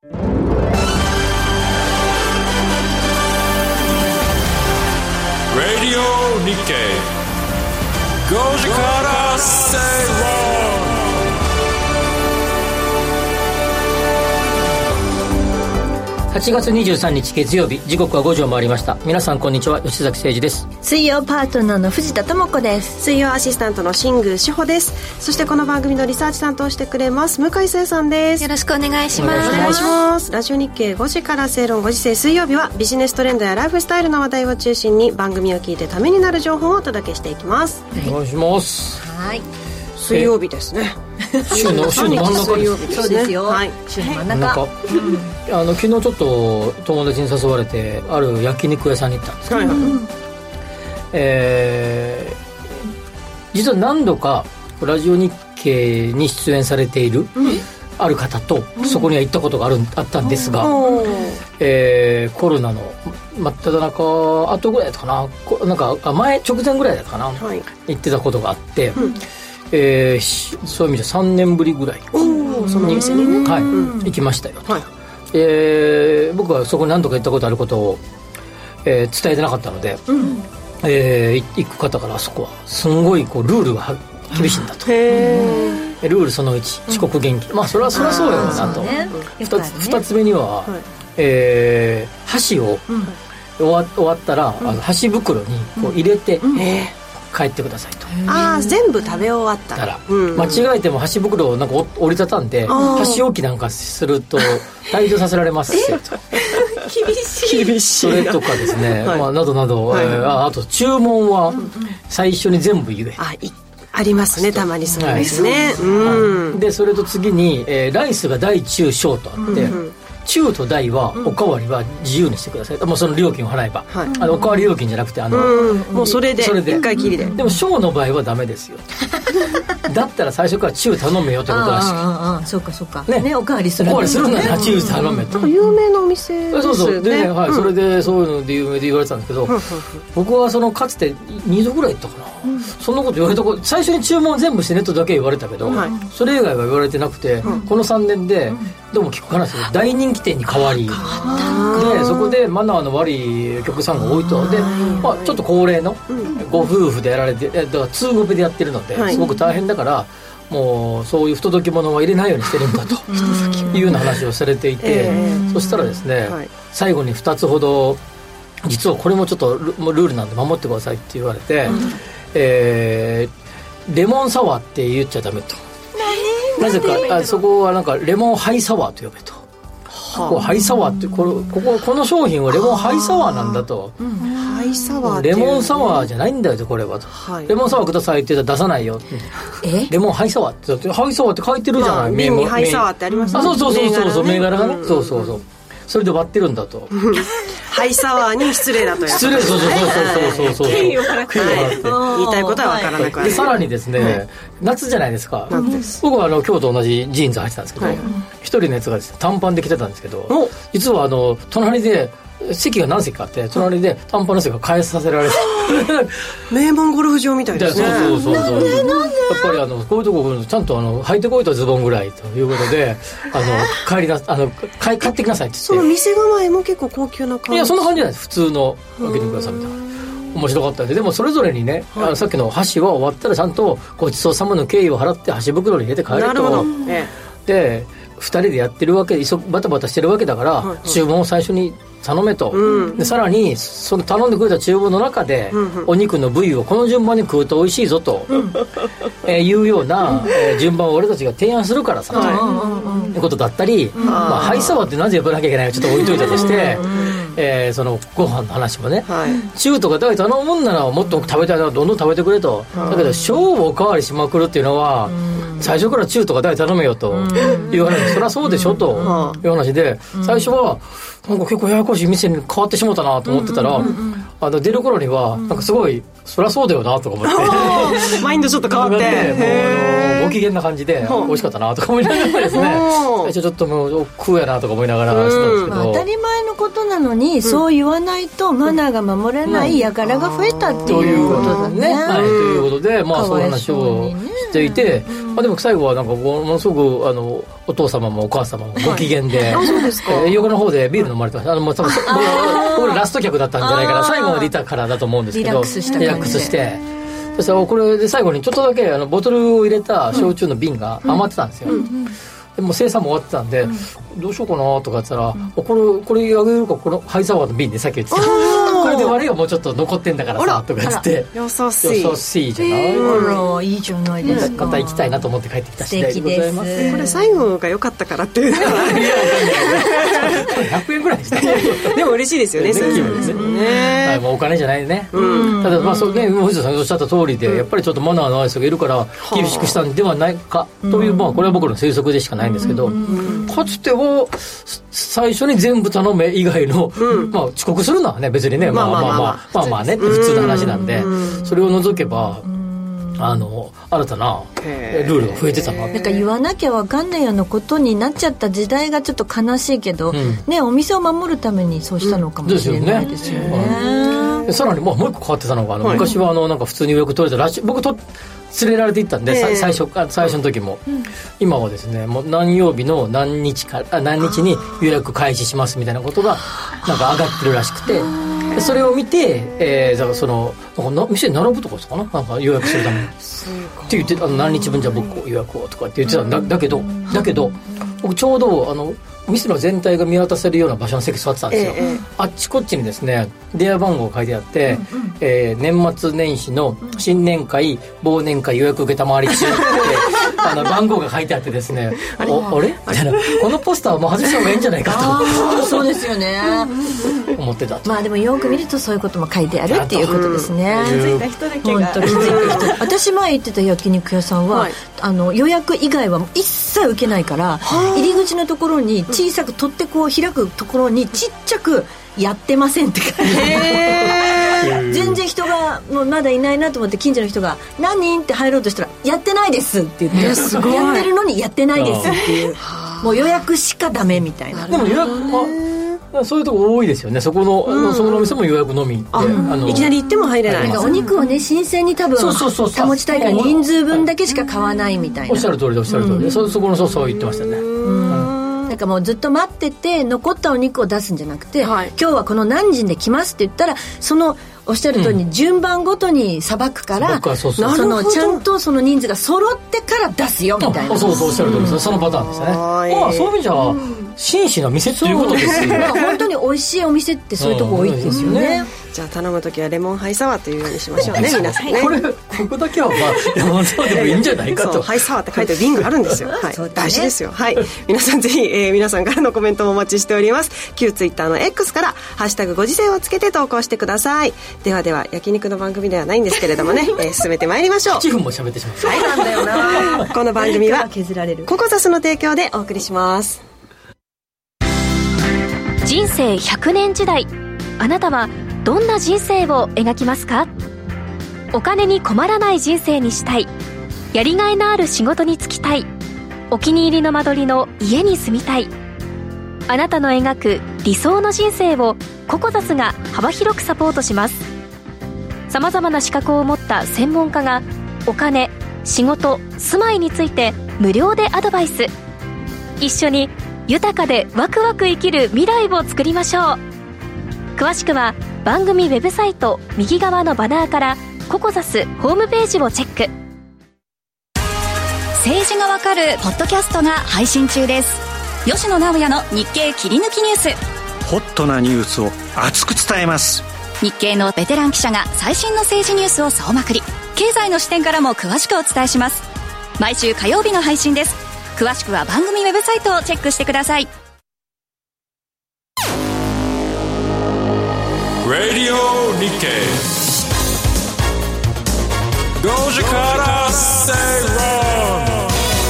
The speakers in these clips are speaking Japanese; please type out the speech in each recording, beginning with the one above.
Radio Nikkei 5時から正論。 8月23日月曜日、時刻は5時を回りました。皆さんこんにちは、吉崎誠二です。 水曜パートナーの藤田智子です。 水曜アシスタントの新宮志保です。そしてこの番組のリサーチ担当してくれます向井沙耶さんです。 よろしくお願いします。 お願いします。ラジオ日経5時から正論5時制、水曜日はビジネストレンドやライフスタイルの話題を中心に番組を聞いてためになる情報をお届けしていきます。 お願いします。 はい、 水曜日ですね。 週の真ん中です。 水曜日ですね。 そうですよ、 はい、 週の真ん中、 昨日ちょっと友達に誘われてある焼肉屋さんに行ったんですけど、実は何度かラジオ日経に出演されている、ある方とそこには行ったことがあったんですが、コロナの真っ只中後ぐらいだったかな、なんか直前ぐらいだったかな、行ってたことがあって、そういう意味で3年ぶりぐらいその店にね、 行きましたよ、僕はそこに何度か行ったことあることを、伝えてなかったので、行く方からあそこはすんごいこうルールが厳しいんだと。ルールその1、遅刻厳禁、それはそうよなと。2つ目には、箸を終わったら、箸袋にこう入れて、帰ってくださいと。 全部食べ終わったら、 間違えても箸袋をなんか折りたたんで箸置きなんかすると退場させられますよと。 厳しい。 それとかですね、などなど、あと注文は最初に全部言え。 ありますね、たまにそうですね。 でそれと次に、ライスが大中小とあって、中と大はおかわりは自由にしてください、もうその料金を払えば、おかわり料金じゃなくてもうそれで一回きりで。 でも小の場合はダメですよだったら最初から中頼めよってことらしく、 そうかそうかね、おかわりするなら中頼めと、 有名なお店ですよね。 そうで、それでそういうので有名で言われてたんですけど、僕はかつて2度ぐらい行ったかな、そんなこと言われたこと、最初に注文全部してねとだけ言われたけど、それ以外は言われてなくて、この3年でどうも聞く話で大人気店に変わり、でそこでマナーの悪いお客さんが多いと。で、ちょっと高齢のご夫婦でやられて、だから通語でやってるので、すごく大変だから、もうそういう不届き者は入れないようにしてるんだというような話をされていて、そしたらですね、最後に2つほど、実はこれもちょっとルールなんで守ってくださいって言われて、レモンサワーって言っちゃダメと。なぜかそこはなんかレモンハイサワーと呼べと。ハイサワーってこの商品はレモンハイサワーなんだと。 ハイサワーってレモンサワーじゃないんだよと、これはと、レモンサワーくださいって言ったら出さないよ。レモンハイサワーってハイサワーって書いてるじゃない、 瓶にハイサワーってありますね。 そう銘柄がね、そうそれで割ってるんだとハイサワーに失礼だと。 失礼、そう敬意を払って言いたいことは分からなくなる。 でさらにですね、夏じゃないですか。僕は今日と同じジーンズ履いてたんですけど、一人のやつがですね短パンで着てたんですけど、実は隣で席が何席かあって、隣で短パンの席が返させられて名門ゴルフ場みたいですね。 そうやっぱりこういうとこちゃんと履いてこいとズボンぐらいということで買ってきなさいって言って。 その店構えも結構高級な感じ。 いや、そんな感じじゃないです。普通の焼肉屋さんみたいな。面白かったんで、でもそれぞれにね、さっきの箸は終わったらちゃんとごちそうさまの敬意を払って箸袋に入れて帰ると。 なるほど。 で2人でやってるわけでバタバタしてるわけだから、注文を最初に頼めと、でさらにその頼んでくれた注文の中で、お肉の部位をこの順番に食うと美味しいぞと、いうような、順番を俺たちが提案するからさ、ってことだったり、ハイサワーってなぜ呼ばなきゃいけないかちょっと置いといたとして、そのご飯の話もね、中とか大頼むんならもっと食べたいならどんどん食べてくれと、だけど小をおかわりしまくるっていうのは、最初から中とか大頼めよという話、そりゃそうでしょという話で、最初はなんか結構ややこしい店に変わってしまったなと思ってたら、出る頃にはなんかすごいそりゃそうだよなとか思ってマインドちょっと変わって、 ご機嫌な感じで美味しかったなとか思いながらですね、最初ちょっともう食うやなとか思いながらしてたんですけど、 当たり前のこことなのに、そう言わないとマナーが守れない輩が増えたっていうことだね。 はい、ということで、まあ、そういう話をしていて、でも最後はなんかものすごくお父様もお母様もご機嫌で、 そうですか。 横の方でビール飲まれてました。もう多分僕ラスト客だったんじゃないかな、最後までいたからだと思うんですけど、 リラックスした感じで、 リラックスして、そしたらこれで最後にちょっとだけボトルを入れた焼酎の瓶が余ってたんですよ。でもう生産も終わってたんで、どうしようかなとか言ってたら、これあげるか、このハイサワーの瓶でさっき言ってたこれで悪いよ、もうちょっと残ってんだからさとか言って、 優しいじゃない、 いいじゃないですか。 また行きたいなと思って帰ってきた次第でございます。 これ最後が良かったからっていう 100円ぐらいでしたでも嬉しいですよね、そういうですね。 はい、もうお金じゃないね。ただまあそうね、藤田さんがおっしゃった通りで、やっぱりちょっとマナーのない人がいるから厳しくしたんではないかという、まあこれは僕の推測でしかないんですけど、かつては最初に全部頼め以外の、まあ遅刻するのはね別にね、まあねって普通の話なんで、それを除けば新たなルールが増えてたな。 なんか言わなきゃ分かんないようなことになっちゃった時代がちょっと悲しいけど、ね、お店を守るためにそうしたのかもしれないですよね。 さらにもう一個変わってたのが昔はなんか普通に予約取れたらしい、僕連れられていったんで、最初の時も、今はですね、もう何曜日の何日に予約開始しますみたいなことがなんか上がってるらしくて、それを見て、だから店に並ぶとかですかな、なんか予約するためにって言って、何日分じゃ僕予約をとかって言ってたんだけど僕ちょうど店の全体が見渡せるような場所の席座ってたんですよ。あっちこっちにですね電話番号が書いてあって、年末年始の新年会忘年会予約受けたまわり中って番号が書いてあってですねあれみたいな、このポスターはもう外した方がいいんじゃないかとそうですよね思ってたと。 まあでもよく見るとそういうことも書いてあるっていうことですね。 気づいた人だけが本当気づいた人私前行ってた焼肉屋さんは、予約以外は一切受けないから、入り口のところに小さく取ってこう開くところにちっちゃくやってませんって書いて全然人がもうまだいないなと思って近所の人が何人って入ろうとしたらやってないですって言って、すごいやってるのにやってないですっていうもう予約しかダメみたいな。 でも予約そういうとこ多いですよね。そこのお店も予約のみいきなり行っても入れない。 お肉をね新鮮に多分保ちたいから人数分だけしか買わないみたいな。 おっしゃる通りでそこのそう言ってましたね。 なんかもうずっと待ってて残ったお肉を出すんじゃなくて、今日はこの何時で来ますって言ったらそのおっしゃる通りに順番ごとにさばくから、ちゃんとその人数が揃ってから出すよみたいな。 そうおっしゃる通りです。そのパターンですね。そういう意味じゃ紳士な店っていうことですよね。 本当に美味しいお店ってそういうとこ多いですよね。 じゃあ頼むときはレモンハイサワーというようにしましょうね皆さんね。 ここだけはレモンサワーでもいいんじゃないかと。 ハイサワーって書いてる瓶があるんですよ。大事ですよ。皆さんぜひ、皆さんからのコメントもお待ちしております。旧ツイッターの X からハッシュタグご時世をつけて投稿してください。では焼肉の番組ではないんですけれどもね、進めてまいりましょう。 8分も喋ってしまう。 そうなんだよなこの番組はココザスの提供でお送りします。 人生100年時代、あなたはどんな人生を描きますか？お金に困らない人生にしたい、やりがいのある仕事に就きたい、お気に入りの間取りの家に住みたい。あなたの描く理想の人生をココザスが幅広くサポートします。さまざまな資格を持った専門家がお金、仕事、住まいについて無料でアドバイス。一緒に豊かでワクワク生きる未来を作りましょう。詳しくは番組ウェブサイト右側のバナーからココザスホームページをチェック。 政治がわかるポッドキャストが配信中です。吉野直也の日経切り抜きニュース。 ホットなニュースを熱く伝えます。 日経のベテラン記者が最新の政治ニュースを総まくり、経済の視点からも詳しくお伝えします。毎週火曜日の配信です。詳しくは番組ウェブサイトをチェックしてください。 Radio Nikkei 5時から正論。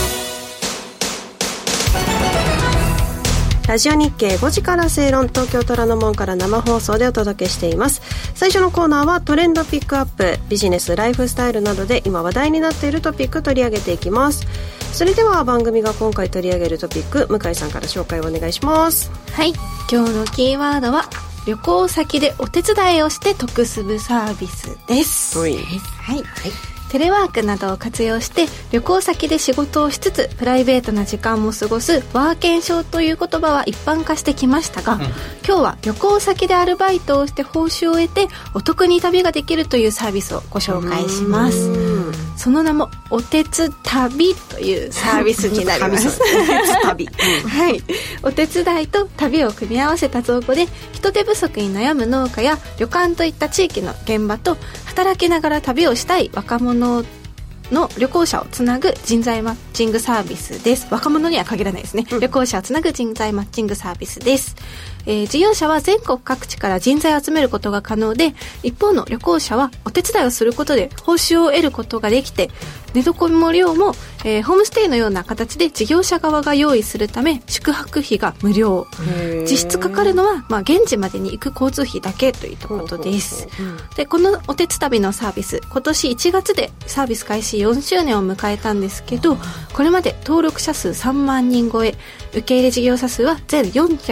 ラジオ日経5時から正論、東京虎ノ門から生放送でお届けしています。最初のコーナーはトレンドピックアップ、ビジネス、ライフスタイルなどで今話題になっているトピック取り上げていきます。 それでは番組が今回取り上げるトピック、向井さんから紹介をお願いします。 はい、今日のキーワードは旅行先でお手伝いをして得するサービスです。はい、テレワークなどを活用して旅行先で仕事をしつつプライベートな時間も過ごすワーケンショーという言葉は一般化してきましたが、今日は旅行先でアルバイトをして報酬を得てお得に旅ができるというサービスをご紹介します。その名もおてつ旅というサービスになります。おてつ旅、はい、お手伝いと旅を組み合わせた造語で、人手不足に悩む農家や旅館といった地域の現場と働きながら旅をしたい若者の旅行者をつなぐ人材マッチングサービスです。若者には限らないですね、旅行者をつなぐ人材マッチングサービスです。事業者は全国各地から人材を集めることが可能で、一方の旅行者はお手伝いをすることで報酬を得ることができて、寝床も寮も、ホームステイのような形で事業者側が用意するため宿泊費が無料。実質かかるのは、現地までに行く交通費だけということです。で、このおてつ旅のサービス、今年1月でサービス開始4周年を迎えたんですけど、これまで登録者数3万人超え、受け入れ事業者数は全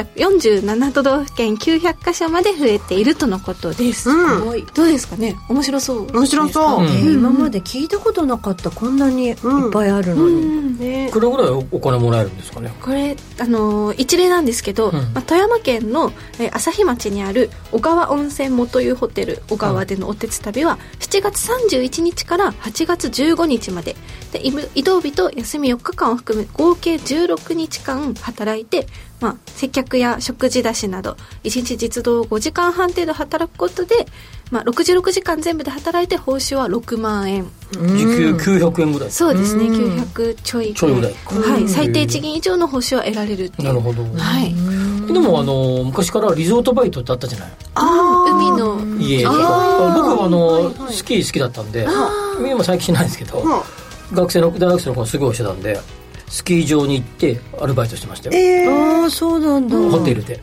47都道府県900カ所まで増えているとのことです。どうですかね、面白そう。 面白そう、 今まで聞いたことなかった。こんなにいっぱいあるのに、 いくらぐらいお金もらえるんですかね。 これ一例なんですけど、富山県の朝日町にある小川温泉もというホテル小川でのおてつ旅は7月31日から8月15日までで、移動日と休み4日間を含む合計16日間働いて、接客や食事出しなど1日実働5時間半程度働くことで、66時間全部で働いて報酬は6万円、 時給900円ぐらい。 そうですね、900ちょいぐらい、はい、最低賃金以上の報酬は得られるっていう。 なるほど、はい、でも昔からリゾートバイトってあったじゃない。 海の家とか。僕スキー好きだったんで、海も最近しないんですけど、大学生の頃すごいしてたんで、スキー場に行ってアルバイトしてましたよ。 そうなんだ。 ホテルで。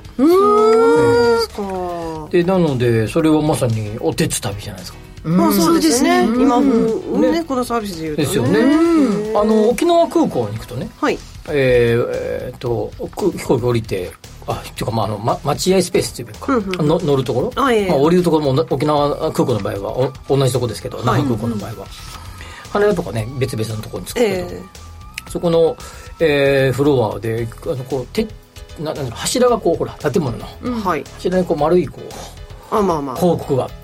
でなのでそれはまさにおてつ旅じゃないですか。 そうですね。今ね、このサービスで言うとね。ですよね。沖縄空港に行くとね、 はい。 飛行機降りて、っていうか待合スペースっていうか、乗るところ、降りるところも沖縄空港の場合は同じところですけど、那覇空港の場合は羽田とかね別々のところに着くけど、そこの、フロアで柱がほら建物の、柱に丸い広告があって、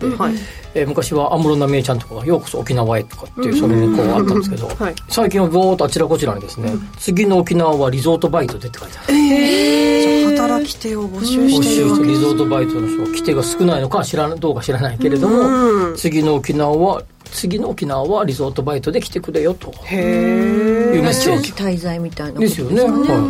昔は安室奈美恵ちゃんとかがようこそ沖縄へとかっていう、それにあったんですけど、最近はぼーっとあちらこちらにですね、次の沖縄はリゾートバイトでって書いてある。 働き手を募集してるわけです。 リゾートバイトの人、規定が少ないのかどうか知らないけれども、次の沖縄はリゾートバイトで来てくれよというメッセージ。 長期滞在みたいなことですよね。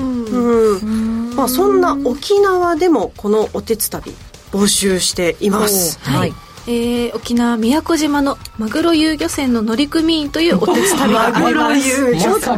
そんな沖縄でもこのおてつ旅募集しています。 はい。沖縄宮古島のマグロ遊漁船の乗組員というおてつ旅があります。マグロ遊漁船。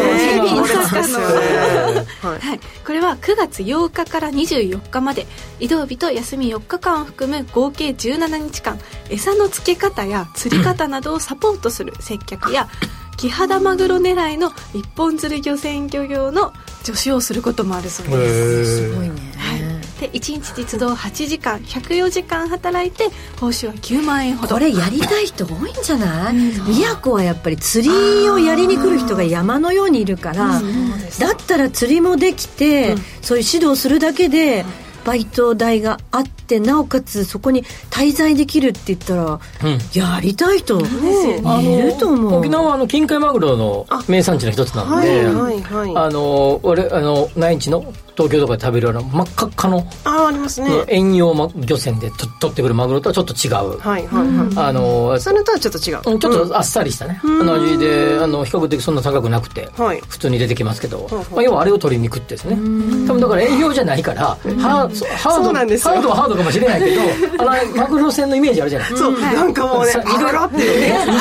これは9月8日から24日まで、移動日と休み4日間を含む合計17日間、餌の付け方や釣り方などをサポートする接客や、キハダマグロ狙いの一本釣り漁船漁業の助手をすることもあるそうです。 すごいね。 で1日実働8時間104時間働いて報酬は9万円ほど。 これやりたい人多いんじゃない？宮古はやっぱり釣りをやりに来る人が山のようにいるから、だったら釣りもできて、そういう指導するだけでバイト代があって、なおかつそこに滞在できるって言ったら、やりたい人いると思う。 沖縄は近海マグロの名産地の一つなので、内地の東京とかで食べるような真っ赤っかの遠洋漁船で取ってくるマグロとはちょっと違う、 それとはちょっと違う、 ちょっとあっさりしたね、味で比較的そんな高くなくて、普通に出てきますけど、要はあれを取りに行くってですね、多分だから営業じゃないからハードはハードかもしれないけど、マグロ船のイメージあるじゃない。 そう、なんかもうね、マグロっていうね、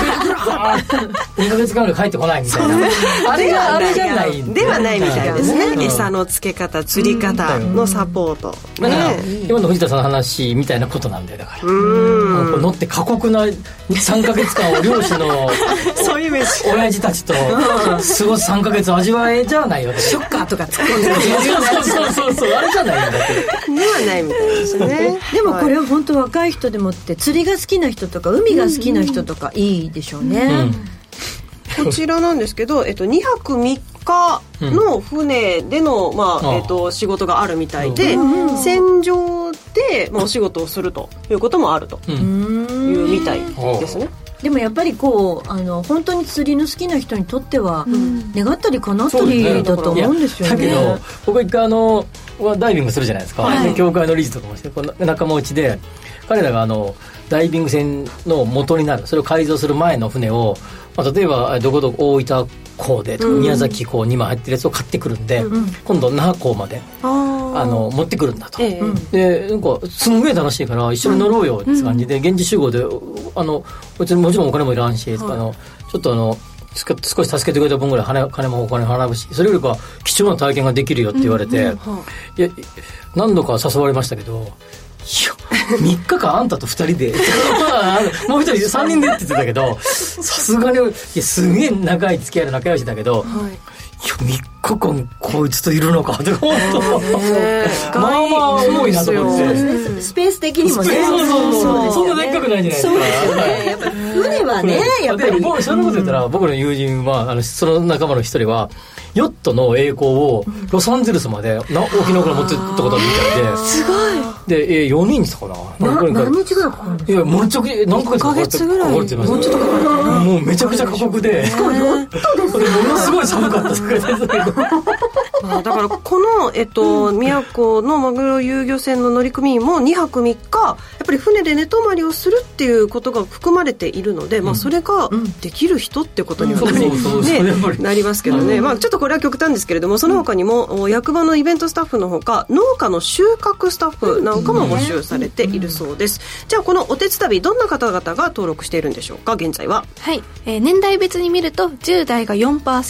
2ヶ月間ぐらい帰ってこないみたいなあれじゃないではないみたいですね。餌の付け方、釣り方のサポート、 だから今の藤田さんの話みたいなことなんだよ。だから乗って過酷な3ヶ月間を漁師のそういうイメージ、 親父たちと過ごす3ヶ月味わえじゃないよ。 ショッカーとか突っ込んでるそうあれじゃないんだけどではないみたいですね。 でもこれは本当若い人でもって釣りが好きな人とか海が好きな人とかいいでしょうね。 こちらなんですけど、2泊3日の船での、仕事があるみたいで、船上で、お仕事をするということもあるというみたいですね。 でもやっぱりこう本当に釣りの好きな人にとっては、願ったり叶ったりだと思うんですよね。 だけど僕一回ダイビングするじゃないですか、協会の理事とかもして仲間内で彼らがダイビング船の元になる、それを改造する前の船を、例えばどこどこ大分港でとか宮崎港に今入ってるやつを買ってくるんで、今度那覇港まで持ってくるんだと、でなんかすんごい楽しいから一緒に乗ろうよって感じで、現地集合で別にもちろんお金もいらんし、ちょっと少し助けてくれた分ぐらい金もお金払うし、それよりか貴重な体験ができるよって言われて、いや何度か誘われましたけど、3日間あんたと2人でもう1人3人でって言ってたけど、さすがにすげえ長い付き合いの仲良しだけど、3日間こいつといるのかって思ったまあ重いなと思って、 スペース的にもね、 そんなでっかくないじゃないですか。 そうですよね。やっぱり船はね、やっぱり僕そんなこと言ったら、僕の友人はその仲間の一人はヨットの栄光をロサンゼルスまで沖縄から持ってったことがみたいで、すごいで4人ですかな。 何日ぐらいかかるんですか。 いやもうちょく何ヶ月かかってぐらい、もうちょっとかかる、もうめちゃくちゃ過酷で、しかもヨットですね、ものすごい寒かったですだからこの、宮古のマグロ遊漁船の乗組員も2泊3日やっぱり船で寝泊まりをするっていうことが含まれているので、それができる人ってことにはなりますけどね、ちょっとこれは極端ですけれども、その他にも役場のイベントスタッフのほか農家の収穫スタッフなんかも募集されているそうです。じゃあこのおてつたび、どんな方々が登録しているんでしょうか、現在は。 はい、年代別に見ると10代が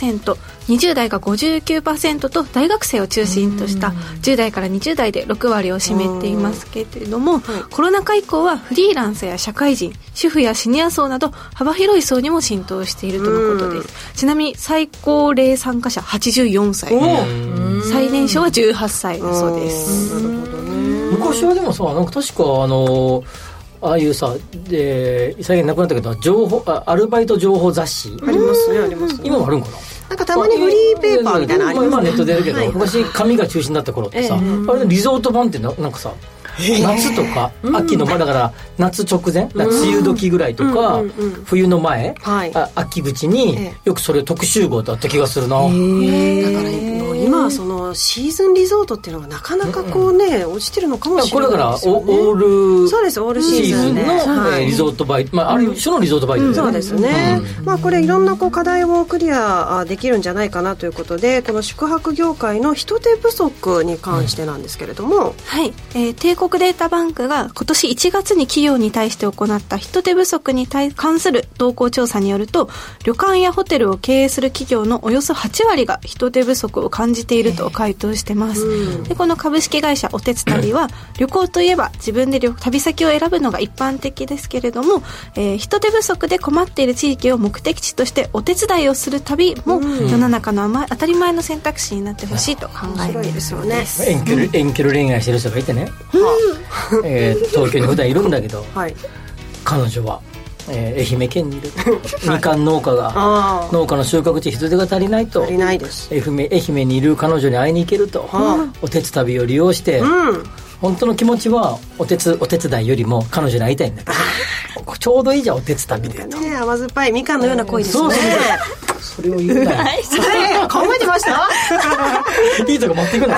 4%、20代が 59% と大学生を中心とした10代から20代で6割を占めていますけれども、コロナ禍以降はフリーランスや社会人、主婦やシニア層など幅広い層にも浸透しているとのことです。ちなみに最高齢参加者84歳、最年少は18歳だそうです。 なるほどね。 昔はでもさ、なんか確かああいうさで最近なくなったけどアルバイト情報雑誌ありますね、ありますね。 今もあるんかな。 なんかたまにフリーペーパーみたいなのありますね。 今ネットでやるけど、昔紙が中心だった頃ってさ、あれでリゾート版ってなんかさ、夏とか秋のだから夏直前、梅雨時ぐらいとか冬の前、秋口によくそれ特集号だった気がするな。だからもう今はそのシーズンリゾートっていうのがなかなかこうね、落ちてるのかもしれないですよね。 これだからオールシーズンのリゾートバイト、ある種のリゾートバイトですね。 そうですね。これいろんな課題をクリアできるんじゃないかなということで、この宿泊業界の人手不足に関してなんですけれども、 はい、帝国データバンクが今年1月に企業に対して行った人手不足に関する動向調査によると、旅館やホテルを経営する企業のおよそ8割が人手不足を感じていると回答してます。でこの株式会社おてつたびは、旅行といえば自分で旅先を選ぶのが一般的ですけれども、人手不足で困っている地域を目的地としてお手伝いをする旅も世の中の当たり前の選択肢になってほしいと考えているそうです。 遠距離恋愛してる人がいてね、東京に普段いるんだけど、彼女は、愛媛県にいるみかん農家が、農家の収穫地人手が足りないと、 足りないです。 愛媛にいる彼女に会いに行けると、おてつたびを利用して、本当の気持ちはお手伝いよりも彼女に会いたいんだけど、ちょうどいいじゃんお手伝いでと、 甘酸っぱいみかんのような恋ですね。 それを言うなよ考えてましたいいとこ持っていくな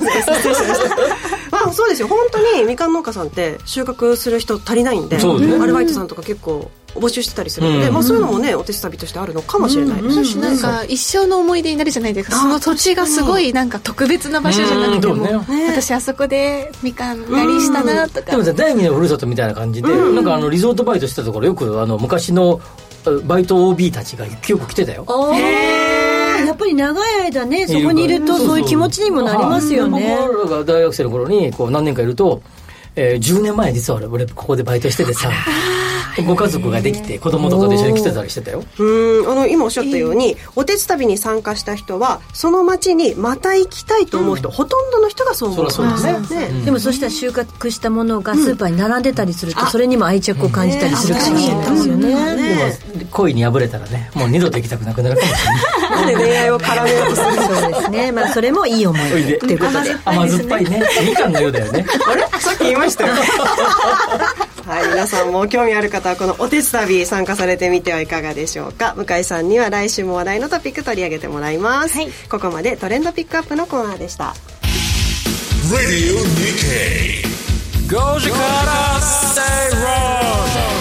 そうですよ。本当にみかん農家さんって収穫する人足りないんで、アルバイトさんとか結構募集してたりするので、そういうのもね、お手伝いとしてあるのかもしれないですし、 なんか一生の思い出になるじゃないですか。その土地がすごいなんか特別な場所じゃなくても、私あそこでみかん狩りしたなとか。 でもさ、第二のふるさとみたいな感じで、なんかリゾートバイトしたところよく昔のバイト OB たちがよく来てたよ。 やっぱり長い間ねそこにいるとそういう気持ちにもなりますよね。 僕らが大学生の頃にこう何年かいると、10年前実は俺ここでバイトしててさ、ご家族ができて子供とかと一緒に来てたりしてたよ。 今おっしゃったように、おてつ旅に参加した人はその町にまた行きたいと思う人、ほとんどの人がそう思う。 そうですね。 でもそしたら収穫したものがスーパーに並んでたりすると、それにも愛着を感じたりするかもしれないですよね。 でも恋に破れたらね、もう二度と行きたくなくなるかもしれない。 なんで恋愛を絡めようとする。 そうですね。まあそれもいい思い出ということで。 甘酸っぱいね。みかんのようだよね。 あれさっき言いましたよ。はい、皆さんも興味ある方はこのおてつ旅参加されてみてはいかがでしょうか。向井さんには来週も話題のトピック取り上げてもらいます、ここまでトレンドピックアップのコーナーでした。 Radio Nikkei 5時から Stay Wrong。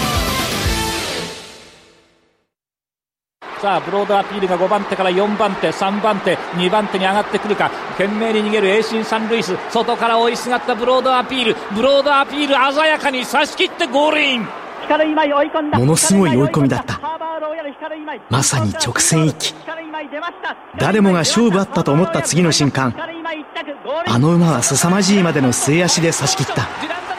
さあブロードアピールが5番手から4番手3番手2番手に上がってくるか。懸命に逃げる栄新サンルイス、外から追いすがったブロードアピール鮮やかに差し切ってゴールイン。 ものすごい追い込みだった。まさに直線一気。誰もが勝負あったと思った次の瞬間、あの馬は凄まじいまでの末足で差し切った。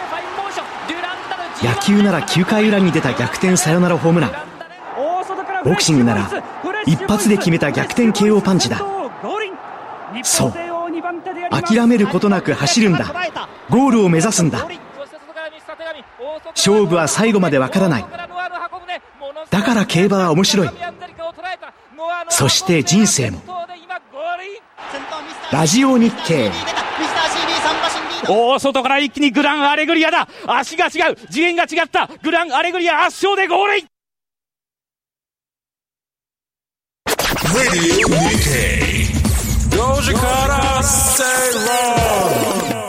野球なら9回裏に出た逆転サヨナラホームラン、ボクシングなら一発で決めた逆転 KO パンチだ。そう、諦めることなく走るんだ。ゴールを目指すんだ。勝負は最後までわからない。だから競馬は面白い。そして人生も。ラジオ日経。 大外から一気にグランアレグリアだ。足が違う、次元が違った。グランアレグリア圧勝でゴールイン。 Radio Nikkei 5時から Stay Wrong。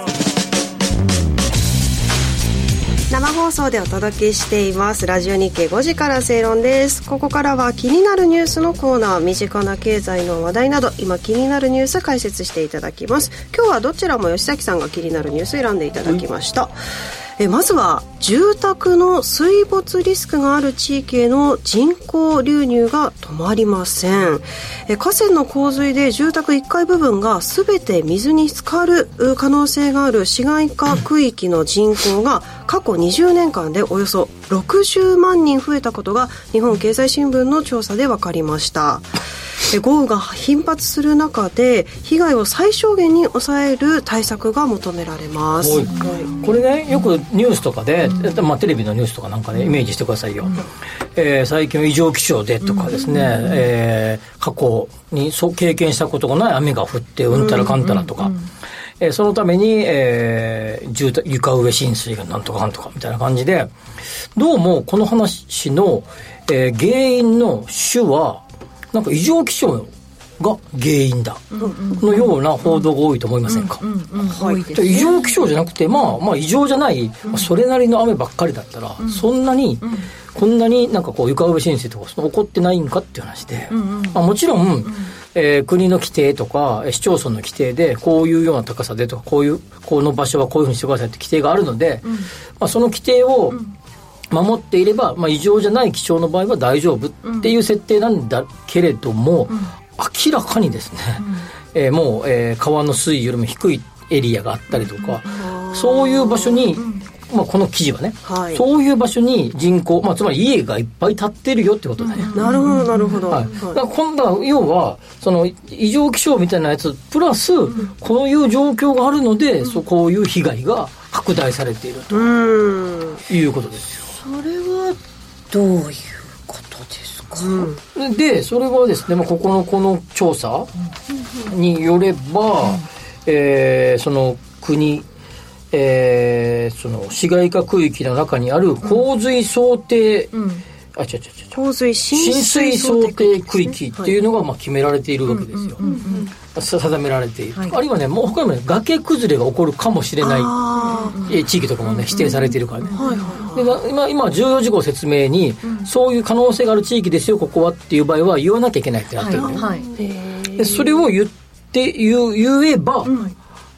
生放送でお届けしていますラジオ日経5時から正論です。ここからは気になるニュースのコーナー、身近な経済の話題など今気になるニュース解説していただきます。今日はどちらも吉崎さんが気になるニュース選んでいただきました。まずは住宅の水没リスクがある地域への人工流入が止まりません。河川の洪水で住宅1階部分が全て水に浸かる可能性がある市街化区域の人口が過去20年間でおよそ60万人増えたことが日本経済新聞の調査で分かりました。豪雨が頻発する中で被害を最小限に抑える対策が求められます。 これね、よくニュースとかで、テレビのニュースとかなんかねイメージしてくださいよ。最近は異常気象でとかですね、過去にそう経験したことがない雨が降ってうんたらかんたらとか、そのために、床上浸水がなんとかかんとかみたいな感じで、どうもこの話の、原因の種はなんか異常気象が原因だのような報道が多いと思いませんか。異常気象じゃなくて、まあ異常じゃない、それなりの雨ばっかりだったら、そんなにこんなになんかこう床上浸水とか起こってないんかっていう話で、もちろん、国の規定とか市町村の規定でこういうような高さでとかこの場所はこういうふうにしてくださいって規定があるので、その規定を守っていれば、異常じゃない気象の場合は大丈夫っていう設定なんだけれども、明らかにですね、もう、川の水位よりも低いエリアがあったりとか、そういう場所に、この記事はね、そういう場所に人口、つまり家がいっぱい建ってるよってことだね。 なるほどなるほど。 だから今度は要はその異常気象みたいなやつプラス、こういう状況があるので、こういう被害が拡大されているということですよ。 それはどういうことですか。 でそれはですね、この調査によれば、その国、その市街化区域の中にある洪水想定、 洪水浸水想定区域っていうのが決められているわけですよ。定められている、あるいはね、もう他にもね、崖崩れが起こるかもしれない地域とかもね指定されているからね。で今重要事項説明に、そういう可能性がある地域ですよここはっていう場合は言わなきゃいけないってなってるんだよ、でそれを言えば、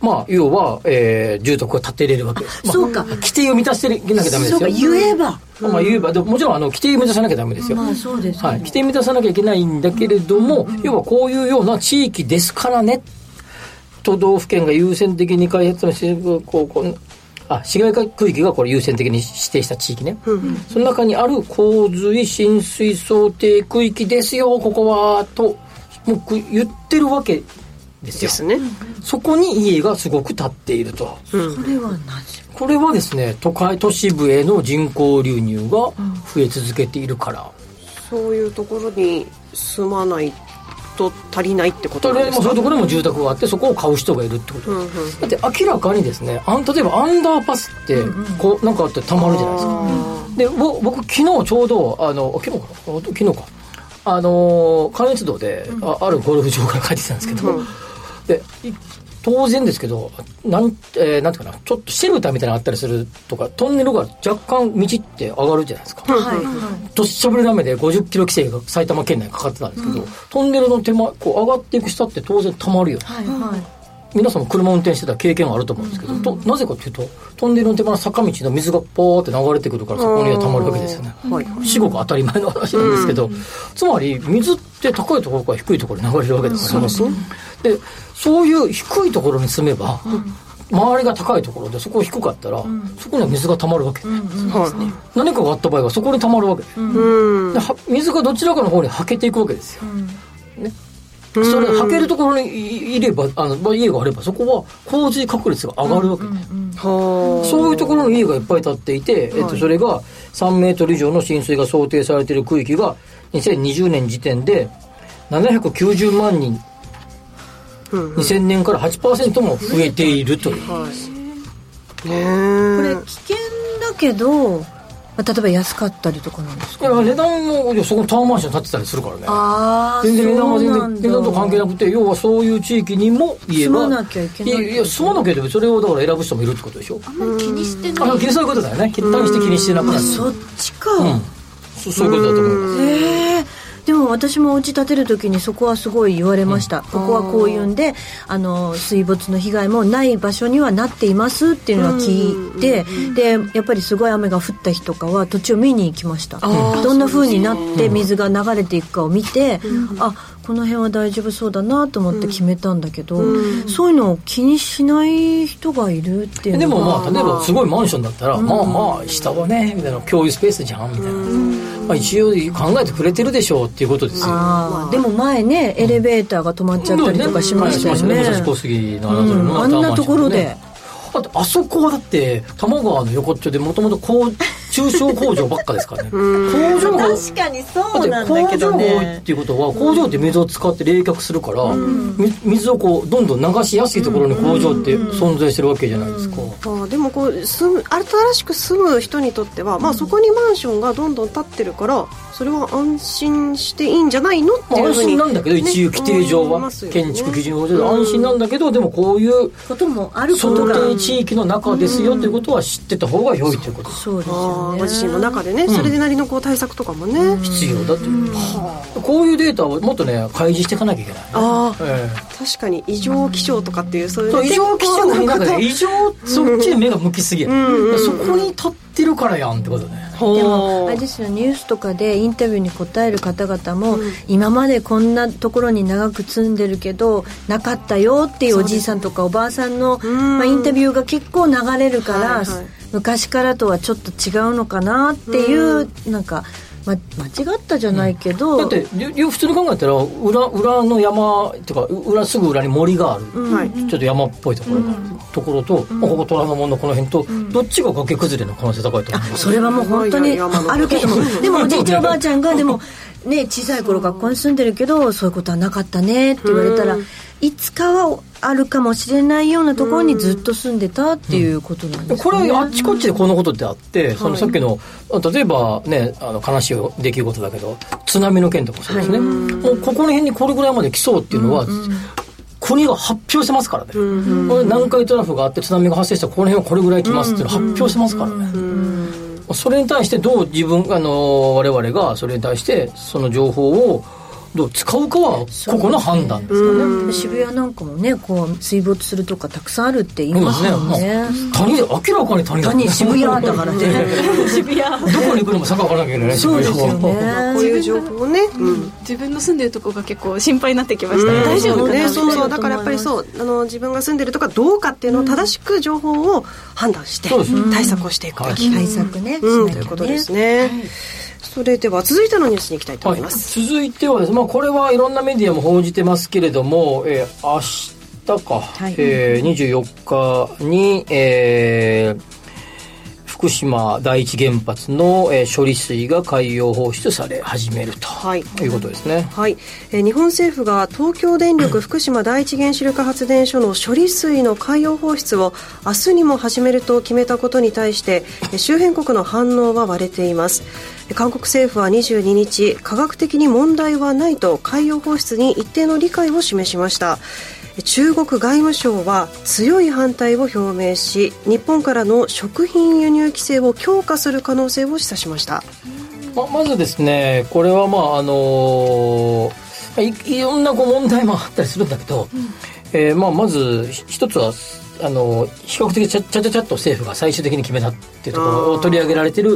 要は、住宅を建てれるわけです。 そうか。 規定を満たしてなきゃダメですよ。 そうか、言えば。 言えば、でももちろん規定を満たさなきゃダメですよ。 そうですね。 規定満たさなきゃいけないんだけれども、要はこういうような地域ですからね、都道府県が優先的に開発の市街区域がこれ優先的に指定した地域ね、その中にある洪水浸水想定区域ですよ、ここはともう言ってるわけですよ。そこに家がすごく建っていると。 それはなぜ？ これはですね、都市部への人口流入が増え続けているから、 そういうところに住まないと足りないってことなんですか？ そういうところにも住宅があって、そこを買う人がいるってことです。だって明らかにですね、例えばアンダーパスってなんかあってたまるじゃないですか。で僕昨日ちょうど昨日か関越道で、あるゴルフ場から帰ってきたんですけど、で当然ですけどなんていうかな、ちょっとシェルターみたいなのがあったりするとか、トンネルが若干道って上がるじゃないですか。どっしゃぶりの雨で50キロ規制が埼玉県内にかかってたんですけど、トンネルの手前こう上がっていく下って当然たまるよ、皆さんも車運転してた経験があると思うんですけど、なぜかというとトンネルの手前の坂道の水がポーって流れてくるから、そこにはたまるわけですよね。至極当たり前の話なんですけど、つまり水って高いところから低いところに流れるわけだから、でそういう低いところに住めば、周りが高いところでそこが低かったら、そこには水がたまるわけ、何かがあった場合はそこにたまるわけで、水がどちらかの方にはけていくわけですよ、それはけるところにいれば家があれば、そこは洪水確率が上がるわけです、そういうところの家がいっぱい建っていて、それが3メートル以上の浸水が想定されている区域が2020年時点で790万人、2000年から 8% も増えているという、これ危険だけど例えば安かったりとかなんですか？ 値段もそこのタワーマンション建ってたりするからね。全然値段は値段と関係なくて、要はそういう地域にも家が住まなきゃいけない。 いや住まなきゃいけない。それをだから選ぶ人もいるってことでしょ。 あんまり気にしてない。 そういうことだよね。単にして気にしてなくなる。 そっちか。 そういうことだと思います。 でも私もお家建てる時にそこはすごい言われました、ここはこういうんで水没の被害もない場所にはなっていますっていうのは聞いて、でやっぱりすごい雨が降った日とかは土地を見に行きました。どんな風になって水が流れていくかを見て、この辺は大丈夫そうだなと思って決めたんだけど、そういうのを気にしない人がいるっていうのは。 でも例えばすごいマンションだったら、下はねみたいな、共有スペースじゃんみたいな、一応考えてくれてるでしょうっていうことですよ。 でも前ねエレベーターが止まっちゃったりとかしましたよね。 武蔵小杉のあんなところで。 あそこはだって多摩川の横っちょでもともと中小工場ばっかですからね。工場確かにそうなんだけどね。 工場が多いっていうことは、工場って水を使って冷却するから、水をどんどん流しやすいところに工場って存在してるわけじゃないですか。 でも新しく住む人にとっては、そこにマンションがどんどん建ってるから、それは安心していいんじゃないのっていうふうに、 安心なんだけど、一応規定上は、建築基準法上で安心なんだけど、でもこういうこともあることが想定地域の中ですよということは知ってた方が良いということです。 そうですよね。 ご自身の中でね、それでなりの対策とかもね、 必要だという、こういうデータをもっとね開示していかなきゃいけない、 確かに異常気象とかっていう、そういう、 異常気象の中でそっちに目が向きすぎる、そこに立ってるからやんってことね。 でもあれですよ、ニュースとかでインタビューに答える方々も、今までこんなところに長く住んでるけどなかったよっていうおじいさんとかおばあさんの、インタビューが結構流れるから、昔からとはちょっと違うのかなっていう、なんか間違ったじゃないけど、 だって普通に考えたら裏の山とかすぐ裏に森がある、ちょっと山っぽいところと、ここ虎ノ門のこの辺と、どっちが崖崩れの可能性高いと思う。 それはもう本当にあるけども、でもおじいちゃんおばあちゃんがでもね、小さい頃学校に住んでるけどそういうことはなかったねって言われたら、いつかはあるかもしれないようなところにずっと住んでたっていうことなんですね。 これあっちこっちでこのことってあって、そのさっきの例えばね、悲しい出来事だけど津波の件とかそうですね、もうここの辺にこれぐらいまで来そうっていうのは、国が発表してますからね、これ南海トラフがあって津波が発生したらこの辺はこれぐらい来ますっていうのを発表してますからね、それに対してどう我々がそれに対してその情報をどう使うかは個々の判断ですかね。 渋谷なんかもねこう水没するとかたくさんあるって言いますよね。 谷で明らかに谷渋谷だからね渋谷どこに行くのも坂からなきゃいけないね。 そうですよね。 こういう情報をね、 自分の住んでるとこが結構心配になってきました、大丈夫かな、 そうだからやっぱりそう自分が住んでるとかどうかっていうのを正しく情報を判断して対策をしていくべき、 対策ね、 ということですね。それでは続いてのニュースに行きたいと思います。 続いてはですね、これはいろんなメディアも報じてますけれども、明日か、24日に、福島第一原発の、処理水が海洋放出され始めると、いうことですね。 日本政府が東京電力福島第一原子力発電所の処理水の海洋放出を明日にも始めると決めたことに対して周辺国の反応は割れています。韓国政府は22日、科学的に問題はないと海洋放出に一定の理解を示しました。中国外務省は強い反対を表明し、日本からの食品輸入規制を強化する可能性を示唆しました。 まずですね、これはいろんな問題もあったりするんだけど、まず一つは比較的ちゃっと政府が最終的に決めたっていうところを取り上げられている、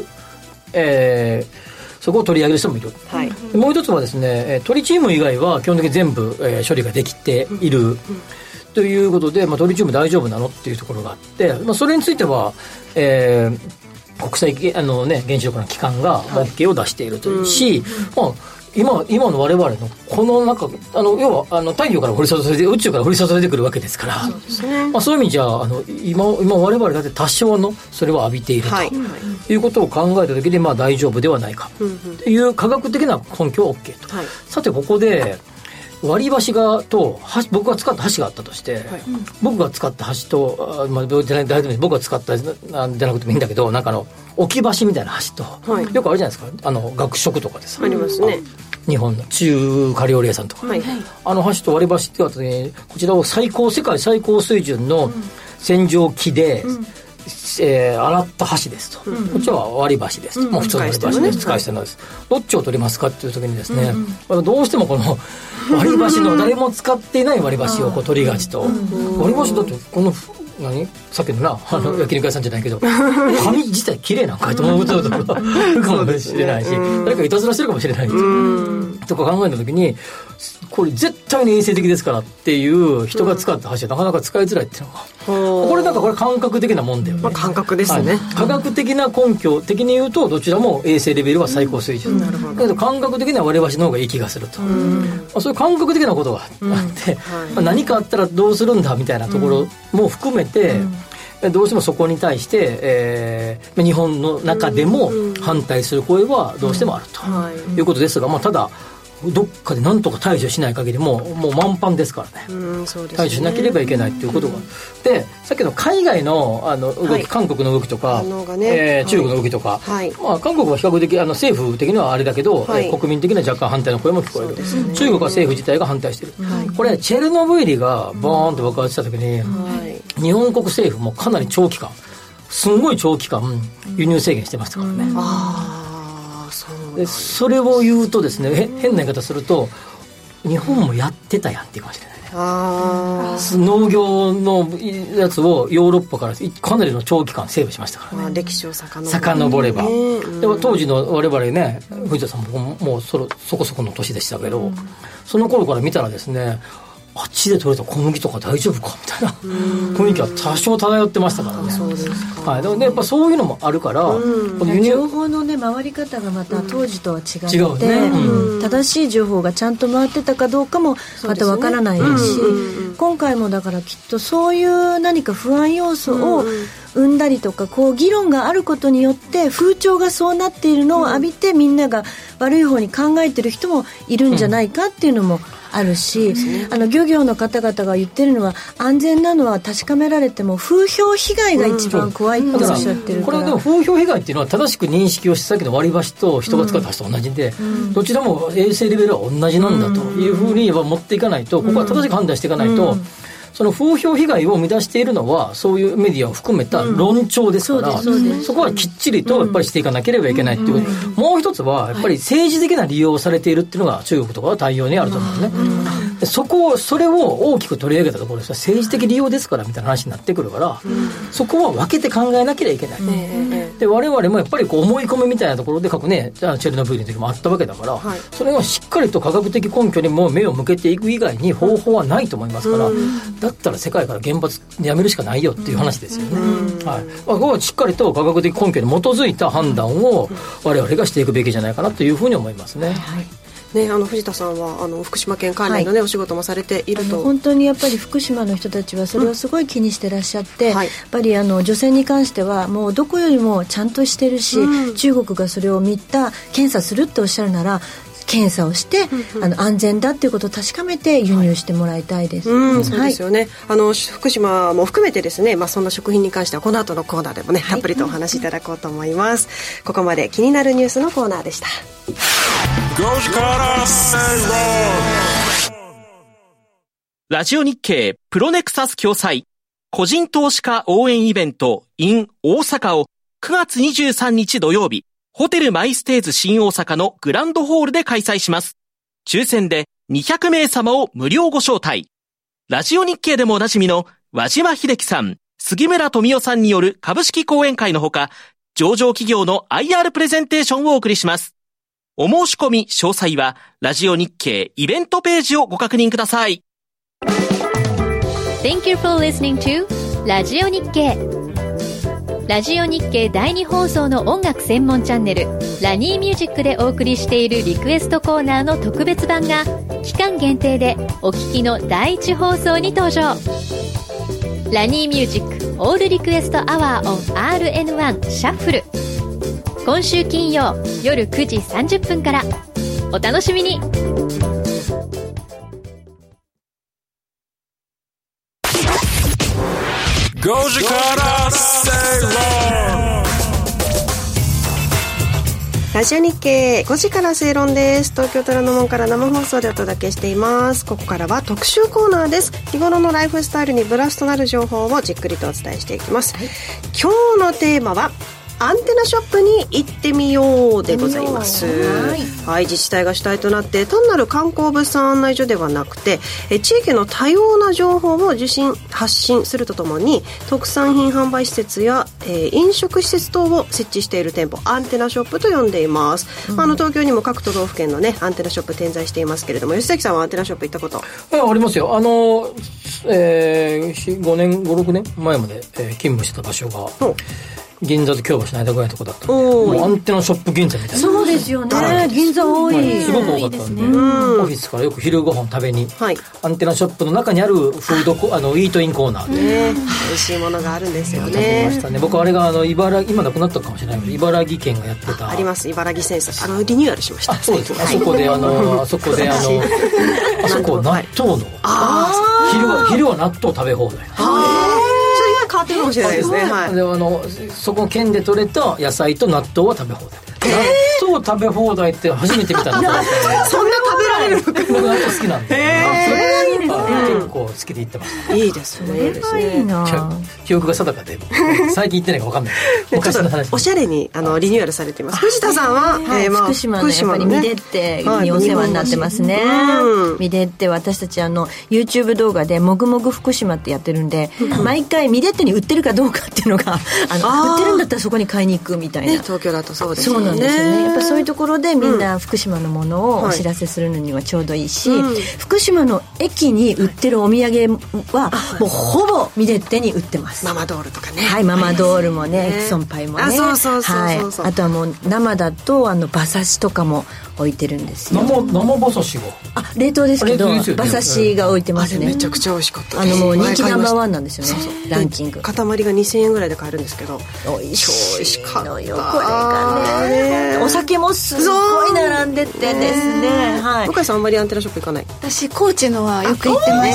そこを取り上げる人もいる、もう一つはですね、トリチウム以外は基本的に全部、処理ができている、ということで、トリチウム大丈夫なのっていうところがあって、それについては、国際原子力の機関が OK を出しているというし、今の我々のこの中要は太陽から降り注いで宇宙から降り注いでくるわけですから、そういう意味じゃ今我々だって多少のそれを浴びているということを考えた時に大丈夫ではないかという科学的な根拠は OK と、さてここで割り箸と僕が使った箸があったとして、僕が使った箸と、僕が使ったじゃなくてもいいんだけど、置き箸みたいな箸と、よくあるじゃないですか、学食とかでさ、 ありますね、 日本の中華料理屋さんとか、箸と割り箸って言われた時に、こちらを世界最高水準の洗浄機で、洗った箸ですと、こっちは割り箸ですと、普通の割り箸です、使い捨てのです、どっちを取りますかっていう時にですね、どうしてもこの割り箸の誰も使っていない割り箸を取りがちと、割り箸だってこのさっきの焼肉屋さんじゃないけど紙自体綺麗なんかいと思うこととかあるかもしれないし、誰かいたずらしてるかもしれないとか考えた時に、これ絶対に衛生的ですからっていう人が使った箸はなかなか使いづらいっていうのが、これこれ感覚的なもんだよね。 感覚ですね、 科学的な根拠的に言うとどちらも衛生レベルは最高水準、だけど感覚的には割り箸の方がいい気がすると、そういう感覚的なことがあって、何かあったらどうするんだみたいなところも含めて、どうしてもそこに対して、日本の中でも反対する声はどうしてもあるということですが、ただどっかで何とか対処しない限りもう満帆ですからね、対処しなければいけないということが、でさっきの海外の動き、韓国の動きとか、中国の動きとか、韓国は比較的政府的にはあれだけど、国民的な若干反対の声も聞こえる、中国は政府自体が反対している、これチェルノブイリがボーンと爆発した時に、日本国政府もかなり長期間、すんごい長期間輸入制限してましたからね。でそれを言うとですね、変な言い方すると日本もやってたやんっていうかもしれないね。農業のやつをヨーロッパからかなりの長期間セーブしましたからね、 歴史を遡れば、でも当時の我々ね、藤田さんももうそこそこの年でしたけど、その頃から見たらですね、あっちで採れた小麦とか大丈夫かみたいな雰囲気は多少漂ってましたからね。 そうですか、 でもね、やっぱそういうのもあるから、 情報のね回り方がまた当時とは違って、正しい情報がちゃんと回ってたかどうかもまたわからないし、今回もだからきっとそういう何か不安要素を生んだりとか、議論があることによって風潮がそうなっているのを浴びて、みんなが悪い方に考えてる人もいるんじゃないかっていうのもあるし、漁業の方々が言ってるのは、安全なのは確かめられても風評被害が一番怖いっておっしゃってるから、 これでも風評被害っていうのは正しく認識をして、さっきの割り箸と人が使った箸と同じで、どちらも衛生レベルは同じなんだというふうに持っていかないと、ここは正しく判断していかないと、 その風評被害を生み出しているのはそういうメディアを含めた論調ですから、そこはきっちりとやっぱりしていかなければいけないっていう、もう一つはやっぱり政治的な利用をされているっていうのが中国とかは対応にあると思うんですね。それを大きく取り上げたところですが、政治的利用ですからみたいな話になってくるから、そこは分けて考えなければいけない、で我々もやっぱりこう思い込みみたいなところで過去ね、チェルノブイリの時もあったわけだから、それをしっかりと科学的根拠にも目を向けていく以外に方法はないと思いますから、だったら世界から原発やめるしかないよっていう話ですよね。ここはしっかりと科学的根拠に基づいた判断を我々がしていくべきじゃないかなというふうに思いますね。 ね、藤田さんは福島県関連の、お仕事もされていると。 本当にやっぱり福島の人たちはそれをすごい気にしてらっしゃって、やっぱり除染に関してはもうどこよりもちゃんとしてるし、中国がそれを見た検査するっておっしゃるなら検査をして、安全だっていうことを確かめて輸入してもらいたいです。 そうですよね。福島も含めてですね、そんな食品に関してはこの後のコーナーでもね、たっぷりとお話しいただこうと思います。ここまで気になるニュースのコーナーでした。 ラジオ日経プロネクサス共催個人投資家応援イベント in 大阪を9月23日土曜日、ホテルマイステイズ新大阪のグランドホールで開催します。抽選で200名様を無料ご招待。ラジオ日経でもおなじみの和島秀樹さん、杉村富夫さんによる株式講演会のほか、上場企業の IR プレゼンテーションをお送りします。お申し込み詳細はラジオ日経イベントページをご確認ください。 Thank you for listening to ラジオ日経。ラジオ日経第2放送の音楽専門チャンネルラニーミュージックでお送りしているリクエストコーナーの特別版が期間限定でお聞きの第1放送に登場。ラニーミュージックオールリクエストアワー on RN1 シャッフル、今週金曜夜9時30分からお楽しみに。 5時から正論。 ラジオ日経5時から正論です。東京虎ノ門から生放送でお届けしています。ここからは特集コーナーです。日頃のライフスタイルにプラスとなる情報をじっくりとお伝えしていきます。今日のテーマはアンテナショップに行ってみようでございます。はい、自治体が主体となって単なる観光物産案内所ではなくて、地域の多様な情報を発信するとともに特産品販売施設や、飲食施設等を設置している店舗、アンテナショップと呼んでいます。東京にも各都道府県のねアンテナショップ点在していますけれども、吉崎さんはアンテナショップ行ったこと？ ありますよ。5年5、6年前まで、勤務してた場所が銀座と京橋の間ぐらいのとこだったんで、もうアンテナショップ銀座みたいな。 そうですよね、銀座多い、 すごく多かったんで、オフィスからよく昼ご飯食べに、アンテナショップの中にあるフードイートインコーナーで、 美味しいものがあるんですよね。 食べましたね。僕あれが今なくなったかもしれないけど、茨城県がやってたあります。茨城センサーリニューアルしました。 そうです。あそこであそこ納豆の昼は納豆食べ放題。 変わってるかもしれないですね。 でそこの県で採れた野菜と納豆は食べ放題。納豆食べ放題って初めて見たんでそんな食べられるの？ 僕納豆好きなんで、 それはいいですね。 結構好きで行ってました。 いいですね。 それはいいな。 記憶が定かで最近行ってないか分かんない。昔の話。 おしゃれにリニューアルされています。藤田さんは、 福島のやっぱりミデッテにお世話になってますね。ミデッテ、私たちYouTube 動画でもぐもぐ福島ってやってるんで、毎回ミデッテに売ってるかどうかっていうのが売ってるんだったらそこに買いに行くみたいな。 東京だとそうですよね。 そうなんですよね。やっぱそういうところでみんな福島のものをお知らせするのにはちょうどいいし、福島の駅に売ってるお土産はもうほぼミデッテに売ってます。 ママドールとかね。 はい、ママドールもね、エキソンパイもね。 そう、 あとはもう生だと馬刺しとかも置いてるんですよ。 生馬刺しが冷凍ですけど馬刺しが置いてますね。 めちゃくちゃ美味しかったです。 もう人気ナンバーワンなんですよね。ランキング塊が2000円ぐらいで買えるんですけど、美味しかったよ。これがね、お酒もすごい並んでてですね。 僕はさんあんまりアンテナショップ行かない？ 私高知のはよく行ってました。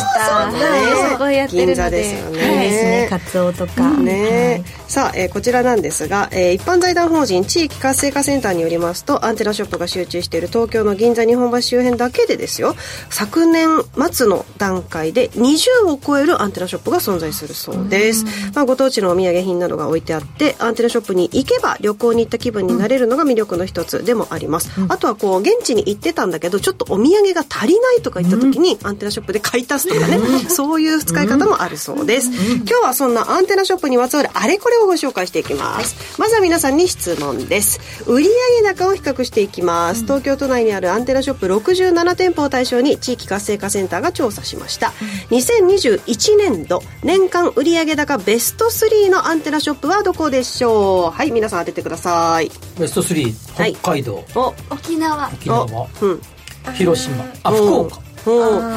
すごいやってるので。 銀座ですよね。 ですね、カツオとかね。さあ、こちらなんですが、一般財団法人地域活性化センターによりますと、アンテナショップが集中している東京の銀座日本橋周辺だけでですよ、昨年末の段階で20を超えるアンテナショップが存在するそうです。ご当地のお土産品などが置いてあって、アンテナショップに行けば旅行に行った気分になれるのが魅力の一つでもあります。あとはこう現地に行ってたんだけどちょっとお土産が足りないとか言った時に、アンテナショップで買い足すとかね、そういう使い方もあるそうです。今日はそんなアンテナショップにまつわるあれこれをご紹介していきます。まずは皆さんに質問です。売上高を比較していきます。東京都内にあるアンテナショップ67店舗を対象に地域活性化センターが調査しました。2021年度年間売上高ベスト3のアンテナショップはどこでしょう？はい、皆さん当ててください。 ベスト3、北海道、 沖縄、 広島、福岡。 福